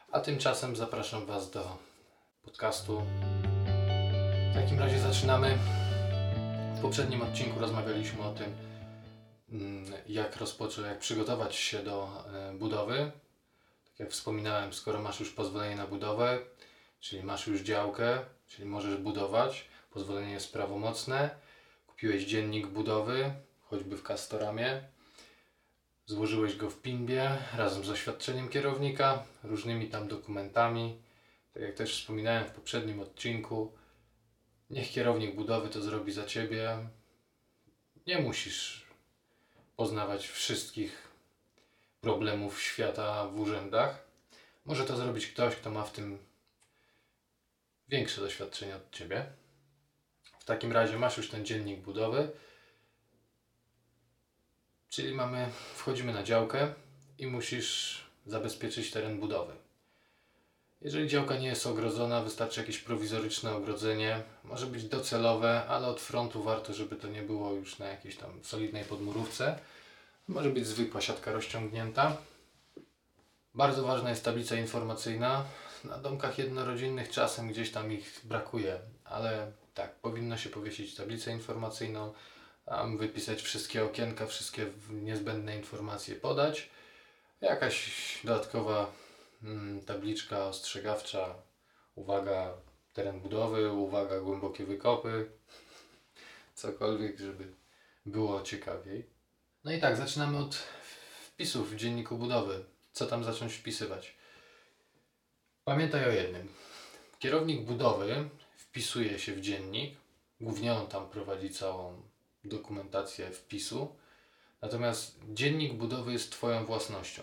A tymczasem zapraszam Was do podcastu. W takim razie zaczynamy. W poprzednim odcinku rozmawialiśmy o tym, jak przygotować się do budowy. Tak jak wspominałem, skoro masz już pozwolenie na budowę, czyli masz już działkę, czyli możesz budować, pozwolenie jest prawomocne, kupiłeś dziennik budowy, choćby w Castoramie, złożyłeś go w PIMBie razem z oświadczeniem kierownika, różnymi tam dokumentami. Tak jak też wspominałem w poprzednim odcinku, niech kierownik budowy to zrobi za Ciebie. Nie musisz poznawać wszystkich problemów świata w urzędach. Może to zrobić ktoś, kto ma w tym większe doświadczenie od Ciebie. W takim razie masz już ten dziennik budowy, czyli wchodzimy na działkę i musisz zabezpieczyć teren budowy. Jeżeli działka nie jest ogrodzona, wystarczy jakieś prowizoryczne ogrodzenie. Może być docelowe, ale od frontu warto, żeby to nie było już na jakiejś tam solidnej podmurówce. Może być zwykła siatka rozciągnięta. Bardzo ważna jest tablica informacyjna. Na domkach jednorodzinnych czasem gdzieś tam ich brakuje, ale tak, powinno się powiesić tablicę informacyjną, tam wypisać wszystkie okienka, wszystkie niezbędne informacje podać. Jakaś dodatkowa tabliczka ostrzegawcza, uwaga, teren budowy, uwaga, głębokie wykopy, cokolwiek, żeby było ciekawiej. No i tak, zaczynamy od wpisów w dzienniku budowy. Co tam zacząć wpisywać? Pamiętaj o jednym. Kierownik budowy wpisuje się w dziennik, głównie on tam prowadzi całą dokumentację wpisu, natomiast dziennik budowy jest Twoją własnością.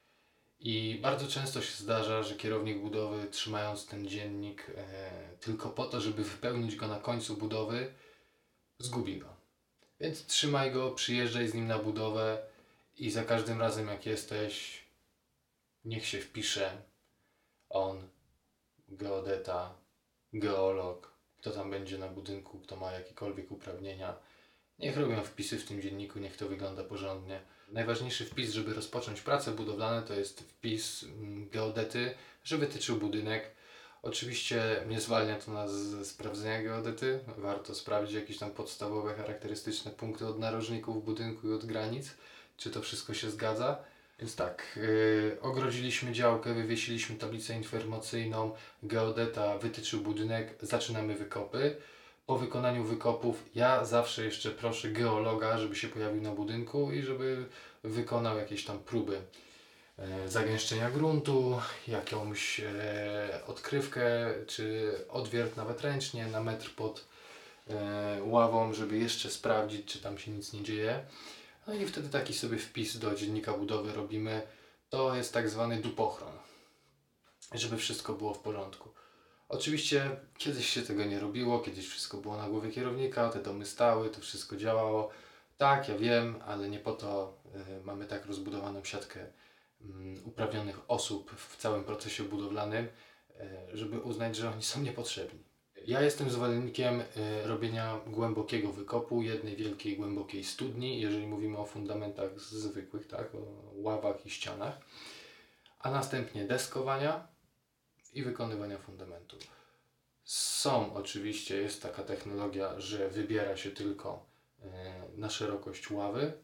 I bardzo często się zdarza, że kierownik budowy, trzymając ten dziennik tylko po to, żeby wypełnić go na końcu budowy, zgubi go. Więc trzymaj go, przyjeżdżaj z nim na budowę i za każdym razem jak jesteś, niech się wpisze on, geodeta, geolog, kto tam będzie na budynku, kto ma jakiekolwiek uprawnienia. Niech robią wpisy w tym dzienniku, niech to wygląda porządnie. Najważniejszy wpis, żeby rozpocząć prace budowlane, to jest wpis geodety, że wytyczył budynek. Oczywiście nie zwalnia to nas ze sprawdzenia geodety. Warto sprawdzić jakieś tam podstawowe, charakterystyczne punkty od narożników budynku i od granic, czy to wszystko się zgadza. Więc tak, ogrodziliśmy działkę, wywiesiliśmy tablicę informacyjną, geodeta wytyczył budynek, zaczynamy wykopy. Po wykonaniu wykopów ja zawsze jeszcze proszę geologa, żeby się pojawił na budynku i żeby wykonał jakieś tam próby zagęszczenia gruntu, jakąś odkrywkę czy odwiert nawet ręcznie na metr pod ławą, żeby jeszcze sprawdzić, czy tam się nic nie dzieje. No i wtedy taki sobie wpis do dziennika budowy robimy. To jest tak zwany dupochron, żeby wszystko było w porządku. Oczywiście kiedyś się tego nie robiło, kiedyś wszystko było na głowie kierownika, te domy stały, to wszystko działało. Tak, ja wiem, ale nie po to mamy tak rozbudowaną siatkę uprawnionych osób w całym procesie budowlanym, żeby uznać, że oni są niepotrzebni. Ja jestem zwolennikiem robienia głębokiego wykopu, jednej wielkiej głębokiej studni, jeżeli mówimy o fundamentach zwykłych, tak, o ławach i ścianach, a następnie deskowania i wykonywania fundamentu. Jest taka technologia, że wybiera się tylko na szerokość ławy,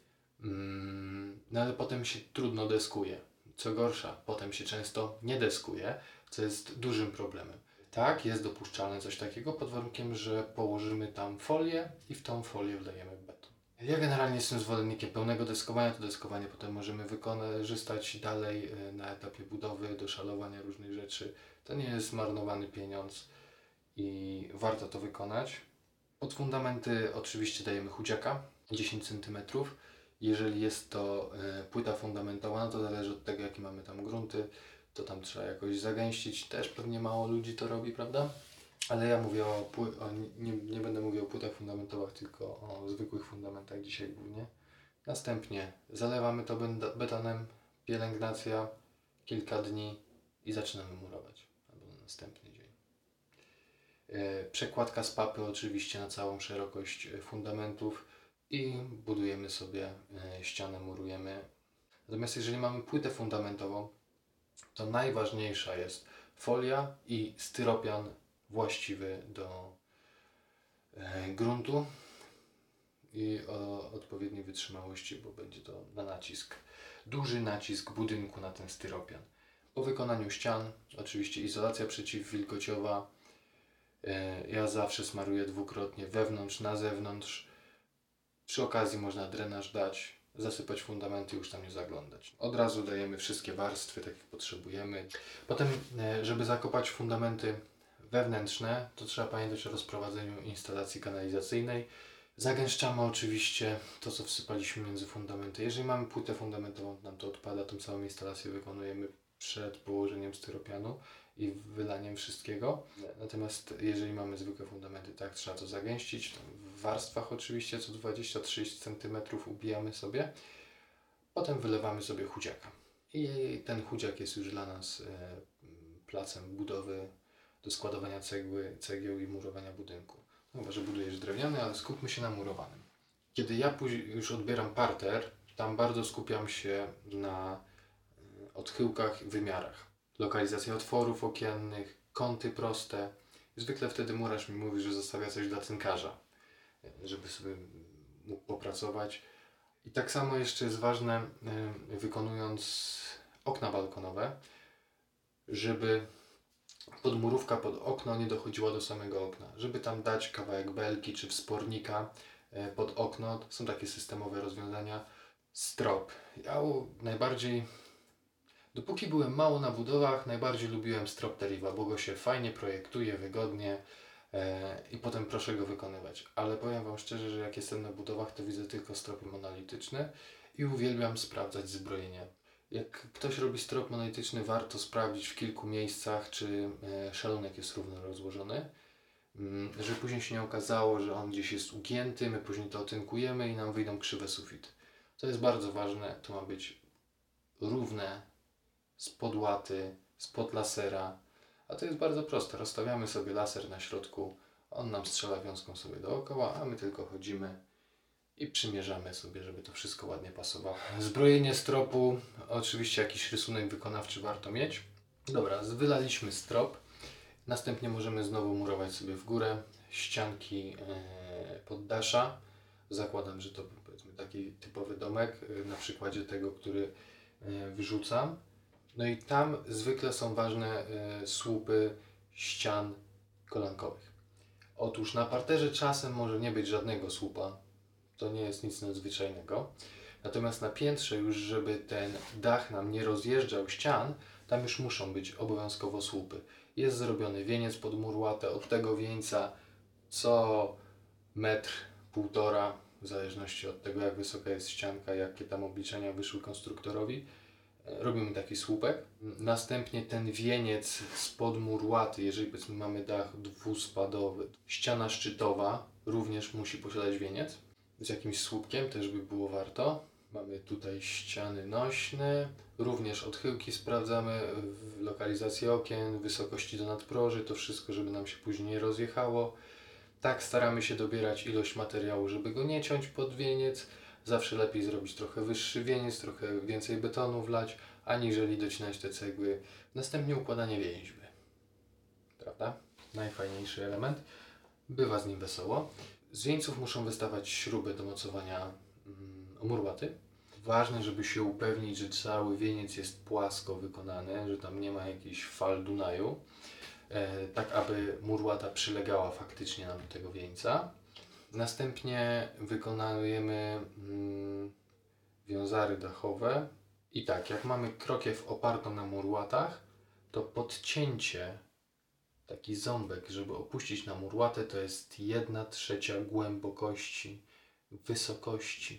no ale potem się trudno deskuje. Co gorsza, potem się często nie deskuje, co jest dużym problemem. Tak, jest dopuszczalne coś takiego pod warunkiem, że położymy tam folię i w tą folię wlejemy beton. Ja generalnie jestem zwolennikiem pełnego deskowania. To deskowanie potem możemy wykorzystać dalej na etapie budowy, do szalowania różnych rzeczy. To nie jest zmarnowany pieniądz i warto to wykonać. Pod fundamenty oczywiście dajemy chudziaka 10 cm. Jeżeli jest to płyta fundamentowa, no to zależy od tego, jakie mamy tam grunty, to tam trzeba jakoś zagęścić. Też pewnie mało ludzi to robi, prawda? Ale ja mówię nie będę mówił o płytach fundamentowych, tylko o zwykłych fundamentach dzisiaj głównie. Następnie zalewamy to betonem, pielęgnacja, kilka dni i zaczynamy murować, albo na następny dzień. Przekładka z papy oczywiście na całą szerokość fundamentów i budujemy sobie ścianę, murujemy. Natomiast jeżeli mamy płytę fundamentową, to najważniejsza jest folia i styropian właściwy do gruntu i o odpowiedniej wytrzymałości, bo będzie to na nacisk, duży nacisk budynku na ten styropian. Po wykonaniu ścian, oczywiście izolacja przeciwwilgociowa. Ja zawsze smaruję dwukrotnie, wewnątrz, na zewnątrz. Przy okazji można drenaż dać, zasypać fundamenty i już tam nie zaglądać. Od razu dajemy wszystkie warstwy, tak jak potrzebujemy. Potem, żeby zakopać fundamenty wewnętrzne, to trzeba pamiętać o rozprowadzeniu instalacji kanalizacyjnej. Zagęszczamy oczywiście to, co wsypaliśmy między fundamenty. Jeżeli mamy płytę fundamentową, nam to odpada, tą całą instalację wykonujemy przed położeniem styropianu i wylaniem wszystkiego. Natomiast jeżeli mamy zwykłe fundamenty, tak, trzeba to zagęścić. W warstwach oczywiście co 20-30 cm ubijamy sobie. Potem wylewamy sobie chudziaka. I ten chudziak jest już dla nas placem budowy do składowania cegieł i murowania budynku. No, chyba że budujesz drewniany, ale skupmy się na murowanym. Kiedy ja później już odbieram parter, tam bardzo skupiam się na odchyłkach i wymiarach. Lokalizacja otworów okiennych, kąty proste. Zwykle wtedy murarz mi mówi, że zostawia coś dla tynkarza, żeby sobie mógł popracować. I tak samo jeszcze jest ważne, wykonując okna balkonowe, żeby podmurówka pod okno nie dochodziła do samego okna. Żeby tam dać kawałek belki czy wspornika pod okno, to są takie systemowe rozwiązania. Strop. Ja dopóki byłem mało na budowach, najbardziej lubiłem strop Teriva, bo go się fajnie projektuje, wygodnie i potem proszę go wykonywać. Ale powiem Wam szczerze, że jak jestem na budowach, to widzę tylko stropy monolityczne i uwielbiam sprawdzać zbrojenie. Jak ktoś robi strop monolityczny, warto sprawdzić w kilku miejscach, czy szalunek jest równo rozłożony, żeby później się nie okazało, że on gdzieś jest ugięty, my później to otynkujemy i nam wyjdą krzywe sufity. To jest bardzo ważne, to ma być równe, spod łaty, spod lasera, a to jest bardzo proste. Rozstawiamy sobie laser na środku, on nam strzela wiązką sobie dookoła, a my tylko chodzimy i przymierzamy sobie, żeby to wszystko ładnie pasowało. Zbrojenie stropu, oczywiście jakiś rysunek wykonawczy warto mieć. Dobra, wylaliśmy strop. Następnie możemy znowu murować sobie w górę ścianki poddasza. Zakładam, że to powiedzmy taki typowy domek na przykładzie tego, który wyrzucam. No i tam zwykle są ważne słupy ścian kolankowych. Otóż na parterze czasem może nie być żadnego słupa. To nie jest nic nadzwyczajnego. Natomiast na piętrze już, żeby ten dach nam nie rozjeżdżał ścian, tam już muszą być obowiązkowo słupy. Jest zrobiony wieniec pod mur łatę. Od tego wieńca co metr, półtora, w zależności od tego, jak wysoka jest ścianka, jakie tam obliczenia wyszły konstruktorowi, robimy taki słupek. Następnie ten wieniec spod mur łaty, jeżeli powiedzmy mamy dach dwuspadowy, ściana szczytowa również musi posiadać wieniec z jakimś słupkiem, też by było warto. Mamy tutaj ściany nośne, również odchyłki sprawdzamy, lokalizację okien, wysokości do nadproży, to wszystko, żeby nam się później nie rozjechało. Tak staramy się dobierać ilość materiału, żeby go nie ciąć pod wieniec. Zawsze lepiej zrobić trochę wyższy wieniec, trochę więcej betonu wlać, aniżeli docinać te cegły. Następnie układanie więźby. Prawda? Najfajniejszy element. Bywa z nim wesoło. Z wieńców muszą wystawać śruby do mocowania mur łaty. Ważne, żeby się upewnić, że cały wieniec jest płasko wykonany, że tam nie ma jakichś fal Dunaju, tak aby mur łata przylegała faktycznie nam do tego wieńca. Następnie wykonujemy wiązary dachowe i tak, jak mamy krokiew opartą na mur łatach, to podcięcie, taki ząbek, żeby opuścić na mur łatę, to jest 1/3 głębokości, wysokości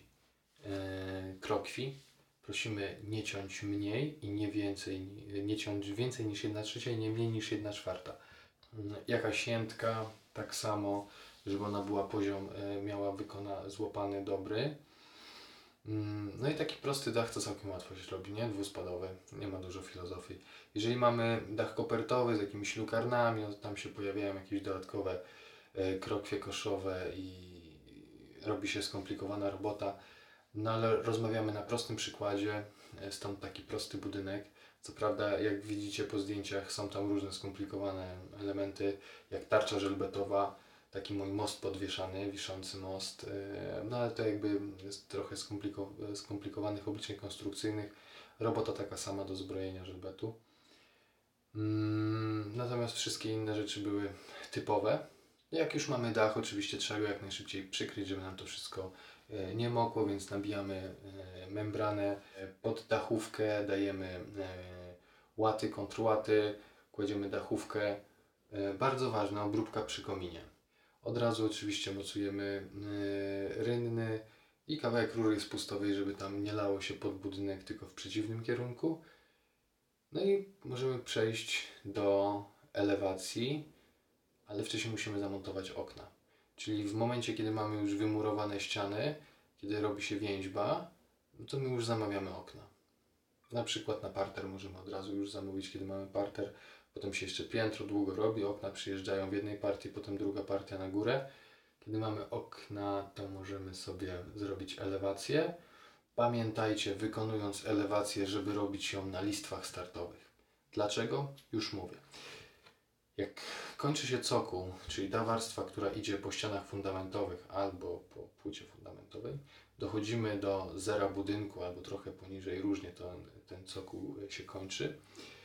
krokwi. Prosimy nie ciąć mniej i nie ciąć więcej niż 1/3 i nie mniej niż 1/4. Jakaś jętka, tak samo, żeby ona była poziom, miała złapany dobry. No i taki prosty dach to całkiem łatwo się robi, nie? Dwuspadowy, nie ma dużo filozofii. Jeżeli mamy dach kopertowy z jakimiś lukarnami, no to tam się pojawiają jakieś dodatkowe krokwie koszowe i robi się skomplikowana robota. No ale rozmawiamy na prostym przykładzie, stąd taki prosty budynek. Co prawda, jak widzicie po zdjęciach, są tam różne skomplikowane elementy, jak tarcza żelbetowa, taki mój most podwieszany, wiszący most, no ale to jakby jest trochę skomplikowanych obliczeń konstrukcyjnych. Robota taka sama do zbrojenia żelbetu. Natomiast wszystkie inne rzeczy były typowe. Jak już mamy dach, oczywiście trzeba go jak najszybciej przykryć, żeby nam to wszystko nie mokło, więc nabijamy membranę pod dachówkę, dajemy łaty, kontrłaty, kładziemy dachówkę. Bardzo ważna obróbka przy kominie. Od razu oczywiście mocujemy rynny i kawałek rury spustowej, żeby tam nie lało się pod budynek, tylko w przeciwnym kierunku. No i możemy przejść do elewacji, ale wcześniej musimy zamontować okna. Czyli w momencie, kiedy mamy już wymurowane ściany, kiedy robi się więźba, no to my już zamawiamy okna. Na przykład na parter możemy od razu już zamówić, kiedy mamy parter. Potem się jeszcze piętro długo robi, okna przyjeżdżają w jednej partii, potem druga partia na górę. Kiedy mamy okna, to możemy sobie zrobić elewację. Pamiętajcie, wykonując elewację, żeby robić ją na listwach startowych. Dlaczego? Już mówię. Jak kończy się cokół, czyli ta warstwa, która idzie po ścianach fundamentowych albo po płycie fundamentowej, dochodzimy do zera budynku albo trochę poniżej, różnie ten cokół się kończy,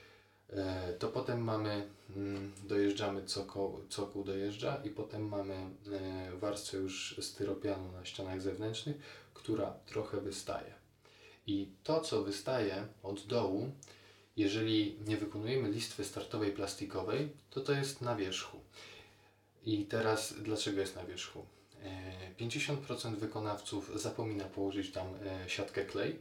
to potem mamy, dojeżdżamy, cokół dojeżdża i potem mamy warstwę już styropianu na ścianach zewnętrznych, która trochę wystaje. I to, co wystaje od dołu, jeżeli nie wykonujemy listwy startowej plastikowej, to jest na wierzchu. I teraz dlaczego jest na wierzchu? 50% wykonawców zapomina położyć tam siatkę klej,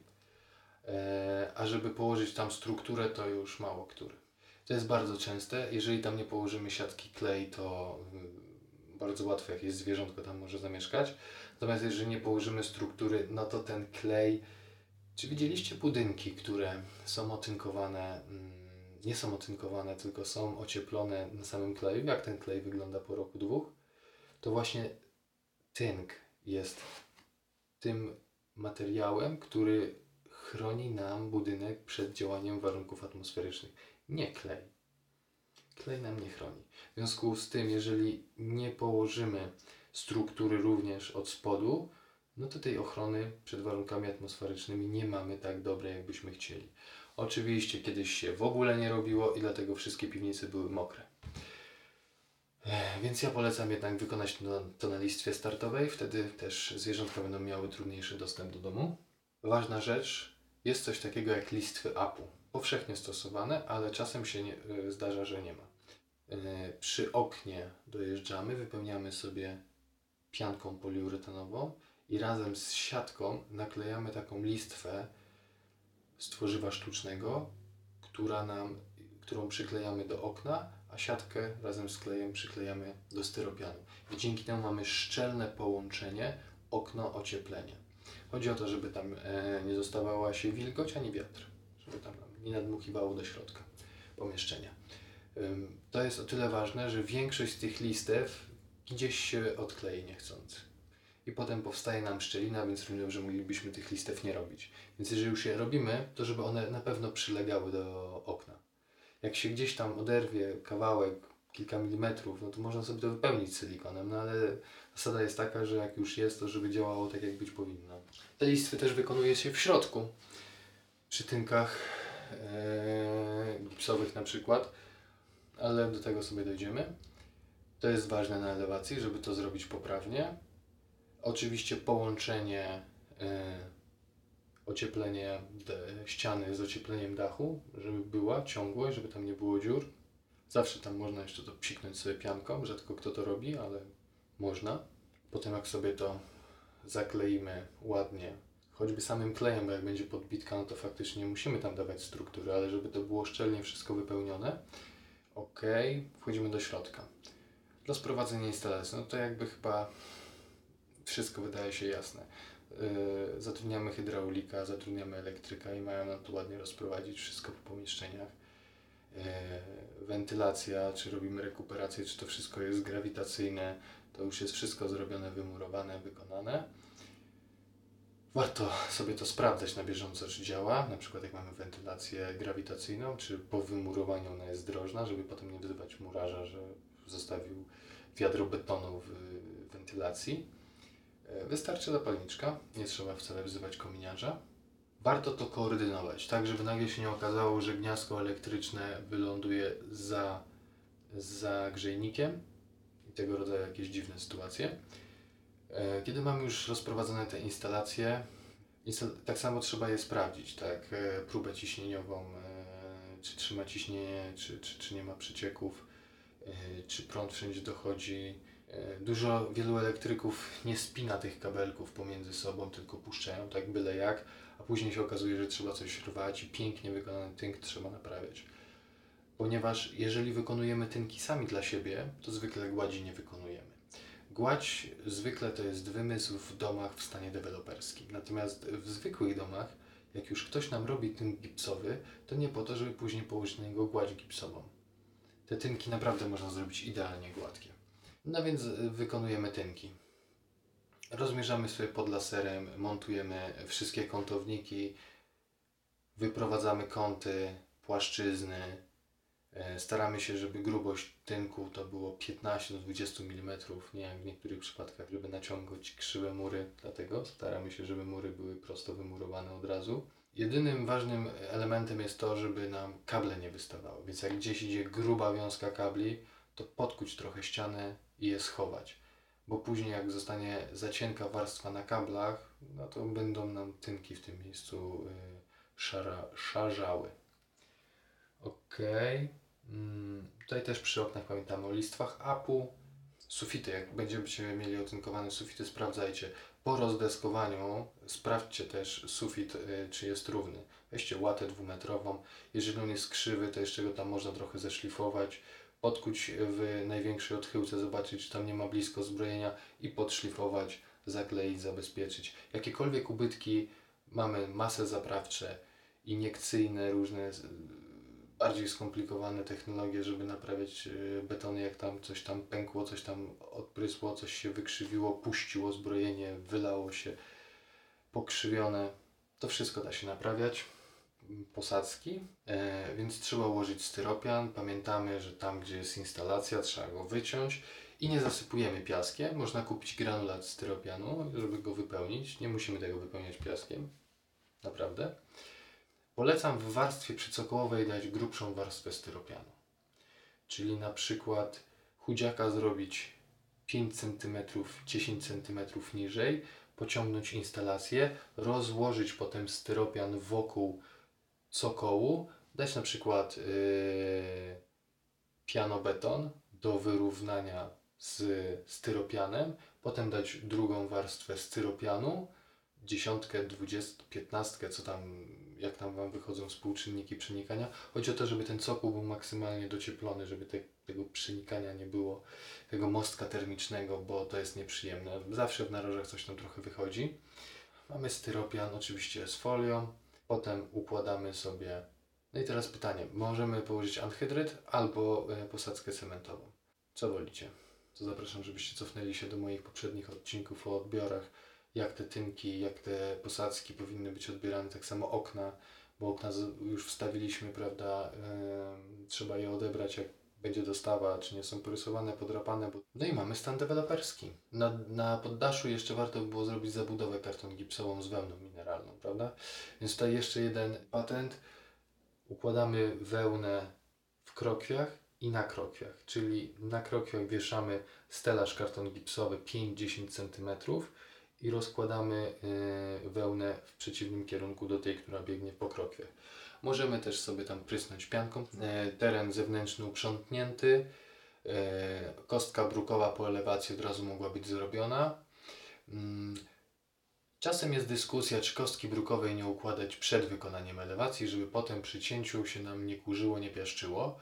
a żeby położyć tam strukturę, to już mało który. To jest bardzo częste. Jeżeli tam nie położymy siatki klej, to bardzo łatwo jakieś zwierzątko tam może zamieszkać. Natomiast jeżeli nie położymy struktury, no to ten klej... Czy widzieliście budynki, które są otynkowane, nie są otynkowane, tylko są ocieplone na samym kleju? Jak ten klej wygląda po roku, dwóch? To właśnie tynk jest tym materiałem, który chroni nam budynek przed działaniem warunków atmosferycznych. Nie klej. Klej nam nie chroni. W związku z tym, jeżeli nie położymy struktury również od spodu, no to tej ochrony przed warunkami atmosferycznymi nie mamy tak dobrej, jakbyśmy chcieli. Oczywiście kiedyś się w ogóle nie robiło i dlatego wszystkie piwnice były mokre. Więc ja polecam jednak wykonać to na listwie startowej, wtedy też zwierzątka będą miały trudniejszy dostęp do domu. Ważna rzecz, jest coś takiego jak listwy APU. Powszechnie stosowane, ale czasem się zdarza, że nie ma. Przy oknie dojeżdżamy, wypełniamy sobie pianką poliuretanową i razem z siatką naklejamy taką listwę z tworzywa sztucznego, którą przyklejamy do okna, a siatkę razem z klejem przyklejamy do styropianu. I dzięki temu mamy szczelne połączenie okno-ocieplenie. Chodzi o to, żeby tam nie dostawała się wilgoć ani wiatr, żeby tam nie nadmuchiwało do środka pomieszczenia. To jest o tyle ważne, że większość z tych listew gdzieś się odklei niechcący. I potem powstaje nam szczelina, więc równie dobrze moglibyśmy tych listew nie robić. Więc jeżeli już je robimy, to żeby one na pewno przylegały do okna. Jak się gdzieś tam oderwie kawałek, kilka milimetrów, no to można sobie to wypełnić silikonem, no ale zasada jest taka, że jak już jest, to żeby działało tak, jak być powinno. Te listwy też wykonuje się w środku, przy tynkach gipsowych na przykład, ale do tego sobie dojdziemy. To jest ważne na elewacji, żeby to zrobić poprawnie. Oczywiście połączenie, ocieplenie ściany z ociepleniem dachu, żeby była ciągłość, żeby tam nie było dziur. Zawsze tam można jeszcze to psiknąć sobie pianką, rzadko kto to robi, ale można. Potem jak sobie to zakleimy ładnie, choćby samym klejem, bo jak będzie podbitka, no to faktycznie musimy tam dawać struktury, ale żeby to było szczelnie wszystko wypełnione. Ok, wchodzimy do środka. Rozprowadzenie instalacji, no to jakby chyba wszystko wydaje się jasne. Zatrudniamy hydraulika, zatrudniamy elektryka i mają nam to ładnie rozprowadzić wszystko po pomieszczeniach. Wentylacja, czy robimy rekuperację, czy to wszystko jest grawitacyjne, to już jest wszystko zrobione, wymurowane, wykonane. Warto sobie to sprawdzać na bieżąco, czy działa, na przykład jak mamy wentylację grawitacyjną, czy po wymurowaniu ona jest drożna, żeby potem nie wzywać murarza, że zostawił wiadro betonu w wentylacji. Wystarczy zapalniczka, nie trzeba wcale wzywać kominiarza. Warto to koordynować, tak żeby nagle się nie okazało, że gniazdko elektryczne wyląduje za grzejnikiem i tego rodzaju jakieś dziwne sytuacje. Kiedy mamy już rozprowadzone te instalacje, tak samo trzeba je sprawdzić, tak? Próbę ciśnieniową, czy trzyma ciśnienie, czy nie ma przecieków, czy prąd wszędzie dochodzi. Wielu elektryków nie spina tych kabelków pomiędzy sobą, tylko puszczają tak byle jak, a później się okazuje, że trzeba coś rwać i pięknie wykonany tynk trzeba naprawiać. Ponieważ jeżeli wykonujemy tynki sami dla siebie, to zwykle gładzi nie wykonujemy. Gładź zwykle to jest wymysł w domach w stanie deweloperskim. Natomiast w zwykłych domach, jak już ktoś nam robi tynk gipsowy, to nie po to, żeby później położyć na niego gładź gipsową. Te tynki naprawdę można zrobić idealnie gładkie. No więc wykonujemy tynki. Rozmierzamy sobie pod laserem, montujemy wszystkie kątowniki, wyprowadzamy kąty, płaszczyzny. Staramy się, żeby grubość tynku to było 15 do 20 mm, nie jak w niektórych przypadkach, żeby naciągać krzywe mury, dlatego staramy się, żeby mury były prosto wymurowane od razu. Jedynym ważnym elementem jest to, żeby nam kable nie wystawały, więc jak gdzieś idzie gruba wiązka kabli, to podkuć trochę ścianę i je schować, bo później jak zostanie za cienka warstwa na kablach, no to będą nam tynki w tym miejscu szarzały. Okej. Tutaj też przy oknach pamiętamy o listwach APU. Sufity, jak będziecie mieli otynkowane sufity, sprawdzajcie. Po rozdeskowaniu sprawdźcie też sufit, czy jest równy. Weźcie łatę 2-metrową. Jeżeli on jest krzywy, to jeszcze go tam można trochę zeszlifować. Podkuć w największej odchyłce, zobaczyć, czy tam nie ma blisko zbrojenia i podszlifować, zakleić, zabezpieczyć. Jakiekolwiek ubytki, mamy masy zaprawcze, iniekcyjne, różne bardziej skomplikowane technologie, żeby naprawiać betony, jak tam coś tam pękło, coś tam odprysło, coś się wykrzywiło, puściło zbrojenie, wylało się pokrzywione. To wszystko da się naprawiać. Posadzki, więc trzeba ułożyć styropian. Pamiętamy, że tam, gdzie jest instalacja, trzeba go wyciąć i nie zasypujemy piaskiem. Można kupić granulat styropianu, żeby go wypełnić. Nie musimy tego wypełniać piaskiem. Naprawdę. Polecam w warstwie przycokołowej dać grubszą warstwę styropianu. Czyli na przykład chudziaka zrobić 5 cm, 10 cm niżej, pociągnąć instalację, rozłożyć potem styropian wokół cokołu, dać na przykład pianobeton do wyrównania z styropianem, potem dać drugą warstwę styropianu, 10, 20, 15, co tam, jak tam Wam wychodzą współczynniki przenikania. Chodzi o to, żeby ten cokół był maksymalnie docieplony, żeby tego przenikania nie było, tego mostka termicznego, bo to jest nieprzyjemne. Zawsze w narożach coś tam trochę wychodzi. Mamy styropian, oczywiście z folią, potem układamy sobie. No i teraz pytanie, możemy położyć anhydryt albo posadzkę cementową. Co wolicie? To zapraszam, żebyście cofnęli się do moich poprzednich odcinków o odbiorach, jak te tynki, jak te posadzki powinny być odbierane, tak samo okna, bo okna już wstawiliśmy, prawda, trzeba je odebrać, jak będzie dostawa, czy nie są porysowane, podrapane. No i mamy stan deweloperski. Na poddaszu jeszcze warto by było zrobić zabudowę karton gipsową z wełną mineralną, prawda? Więc tutaj jeszcze jeden patent. Układamy wełnę w krokwiach i na krokwiach, czyli na krokwiach wieszamy stelaż karton gipsowy 5-10 cm i rozkładamy wełnę w przeciwnym kierunku do tej, która biegnie po krokwiach. Możemy też sobie tam prysnąć pianką. Teren zewnętrzny uprzątnięty, kostka brukowa po elewacji od razu mogła być zrobiona. Czasem jest dyskusja, czy kostki brukowej nie układać przed wykonaniem elewacji, żeby potem przy cięciu się nam nie kurzyło, nie piaszczyło.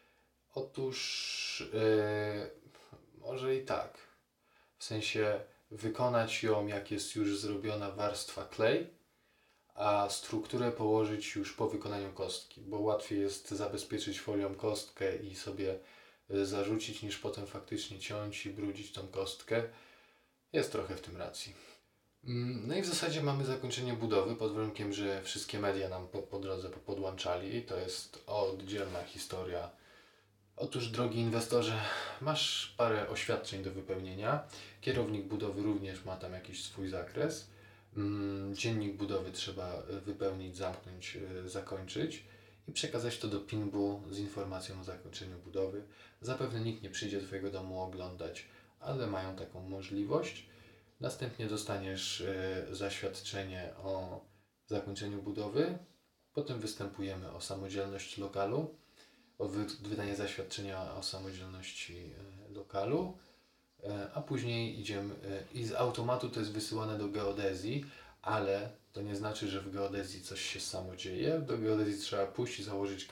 Otóż może i tak. W sensie wykonać ją, jak jest już zrobiona warstwa klej, a strukturę położyć już po wykonaniu kostki, bo łatwiej jest zabezpieczyć folią kostkę i sobie zarzucić, niż potem faktycznie ciąć i brudzić tą kostkę. Jest trochę w tym racji. No i w zasadzie mamy zakończenie budowy pod warunkiem, że wszystkie media nam po drodze podłączali. To jest oddzielna historia. Otóż, drogi inwestorze, masz parę oświadczeń do wypełnienia. Kierownik budowy również ma tam jakiś swój zakres. Dziennik budowy trzeba wypełnić, zamknąć, zakończyć i przekazać to do PINB-u z informacją o zakończeniu budowy. Zapewne nikt nie przyjdzie do Twojego domu oglądać, ale mają taką możliwość. Następnie dostaniesz zaświadczenie o zakończeniu budowy. Potem występujemy o samodzielność lokalu, o wydanie zaświadczenia o samodzielności lokalu, a później idziemy i z automatu to jest wysyłane do geodezji, ale to nie znaczy, że w geodezji coś się samo dzieje. Do geodezji trzeba pójść i założyć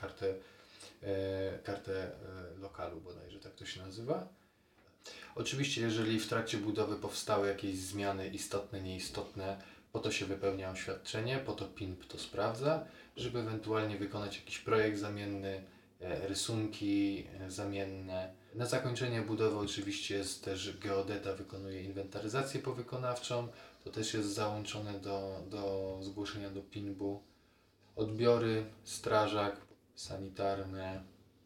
kartę lokalu, bodajże tak to się nazywa. Oczywiście, jeżeli w trakcie budowy powstały jakieś zmiany istotne, nieistotne, po to się wypełnia oświadczenie, po to PINB to sprawdza, żeby ewentualnie wykonać jakiś projekt zamienny, rysunki zamienne. Na zakończenie budowy oczywiście jest też geodeta, wykonuje inwentaryzację powykonawczą, to też jest załączone do zgłoszenia do PINB-u. Odbiory, strażak, sanitarne.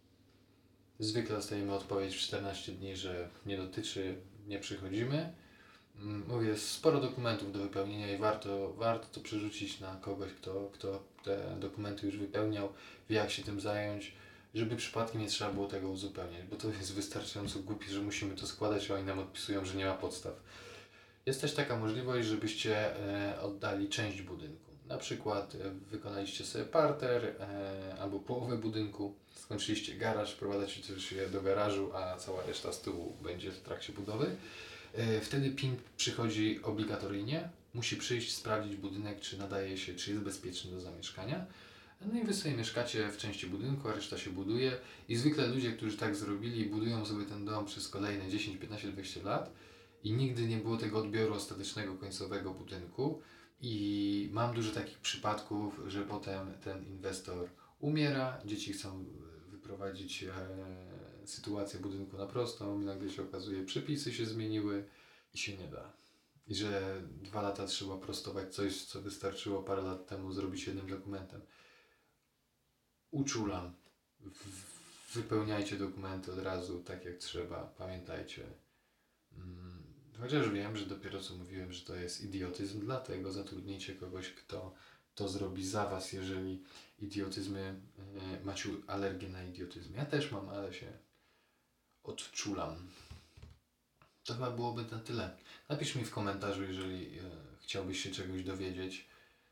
Zwykle dostajemy odpowiedź w 14 dni, że nie dotyczy, nie przychodzimy. Mówię, jest sporo dokumentów do wypełnienia i warto to przerzucić na kogoś, kto te dokumenty już wypełniał, wie jak się tym zająć, żeby przypadkiem nie trzeba było tego uzupełniać, bo to jest wystarczająco głupie, że musimy to składać, a oni nam odpisują, że nie ma podstaw. Jest też taka możliwość, żebyście oddali część budynku. Na przykład wykonaliście sobie parter albo połowę budynku, skończyliście garaż, wprowadzacie też je do garażu, a cała reszta z tyłu będzie w trakcie budowy. Wtedy PINB przychodzi obligatoryjnie, musi przyjść, sprawdzić budynek, czy nadaje się, czy jest bezpieczny do zamieszkania. No i wy sobie mieszkacie w części budynku, a reszta się buduje. I zwykle ludzie, którzy tak zrobili, budują sobie ten dom przez kolejne 10, 15, 20 lat i nigdy nie było tego odbioru ostatecznego, końcowego budynku. I mam dużo takich przypadków, że potem ten inwestor umiera, dzieci chcą wyprowadzić sytuację budynku na prostą, i nagle się okazuje, przepisy się zmieniły i się nie da. I że 2 lata trzeba prostować coś, co wystarczyło parę lat temu zrobić jednym dokumentem. Uczulam. Wypełniajcie dokumenty od razu, tak jak trzeba. Pamiętajcie. Chociaż wiem, że dopiero co mówiłem, że to jest idiotyzm, dlatego zatrudnijcie kogoś, kto to zrobi za Was, jeżeli macie alergię na idiotyzm. Ja też mam, ale się odczulam. To chyba byłoby na tyle. Napisz mi w komentarzu, jeżeli chciałbyś się czegoś dowiedzieć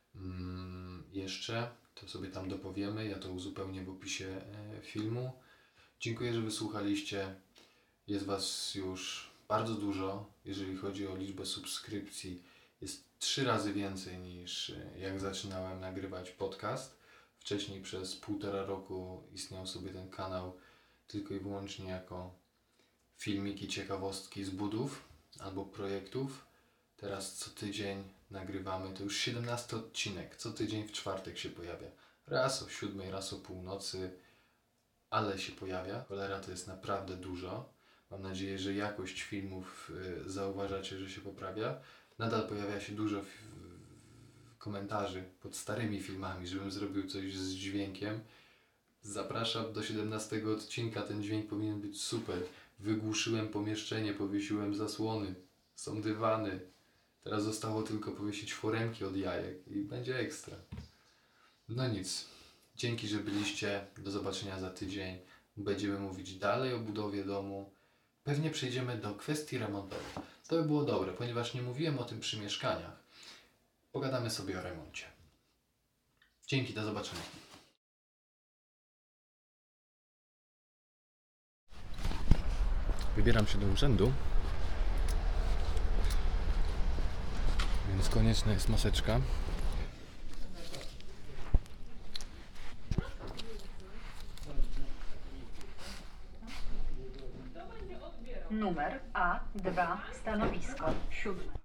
jeszcze, to sobie tam dopowiemy. Ja to uzupełnię w opisie filmu. Dziękuję, że wysłuchaliście. Jest Was już bardzo dużo, jeżeli chodzi o liczbę subskrypcji. Jest 3 razy więcej niż jak zaczynałem nagrywać podcast. Wcześniej przez 1,5 roku istniał sobie ten kanał tylko i wyłącznie jako filmiki, ciekawostki z budów albo projektów. Teraz co tydzień nagrywamy, to już 17 odcinek, co tydzień w czwartek się pojawia. Raz o 7, raz o północy, ale się pojawia. Cholera, to jest naprawdę dużo. Mam nadzieję, że jakość filmów zauważacie, że się poprawia. Nadal pojawia się dużo komentarzy pod starymi filmami, żebym zrobił coś z dźwiękiem. Zapraszam do 17 odcinka, ten dźwięk powinien być super. Wygłuszyłem pomieszczenie, powiesiłem zasłony, są dywany. Teraz zostało tylko powiesić foremki od jajek i będzie ekstra. No nic. Dzięki, że byliście. Do zobaczenia za tydzień. Będziemy mówić dalej o budowie domu. Pewnie przejdziemy do kwestii remontowych. To by było dobre, ponieważ nie mówiłem o tym przy mieszkaniach. Pogadamy sobie o remoncie. Dzięki, do zobaczenia. Wybieram się do urzędu, więc konieczna jest maseczka. Numer A2, stanowisko 7.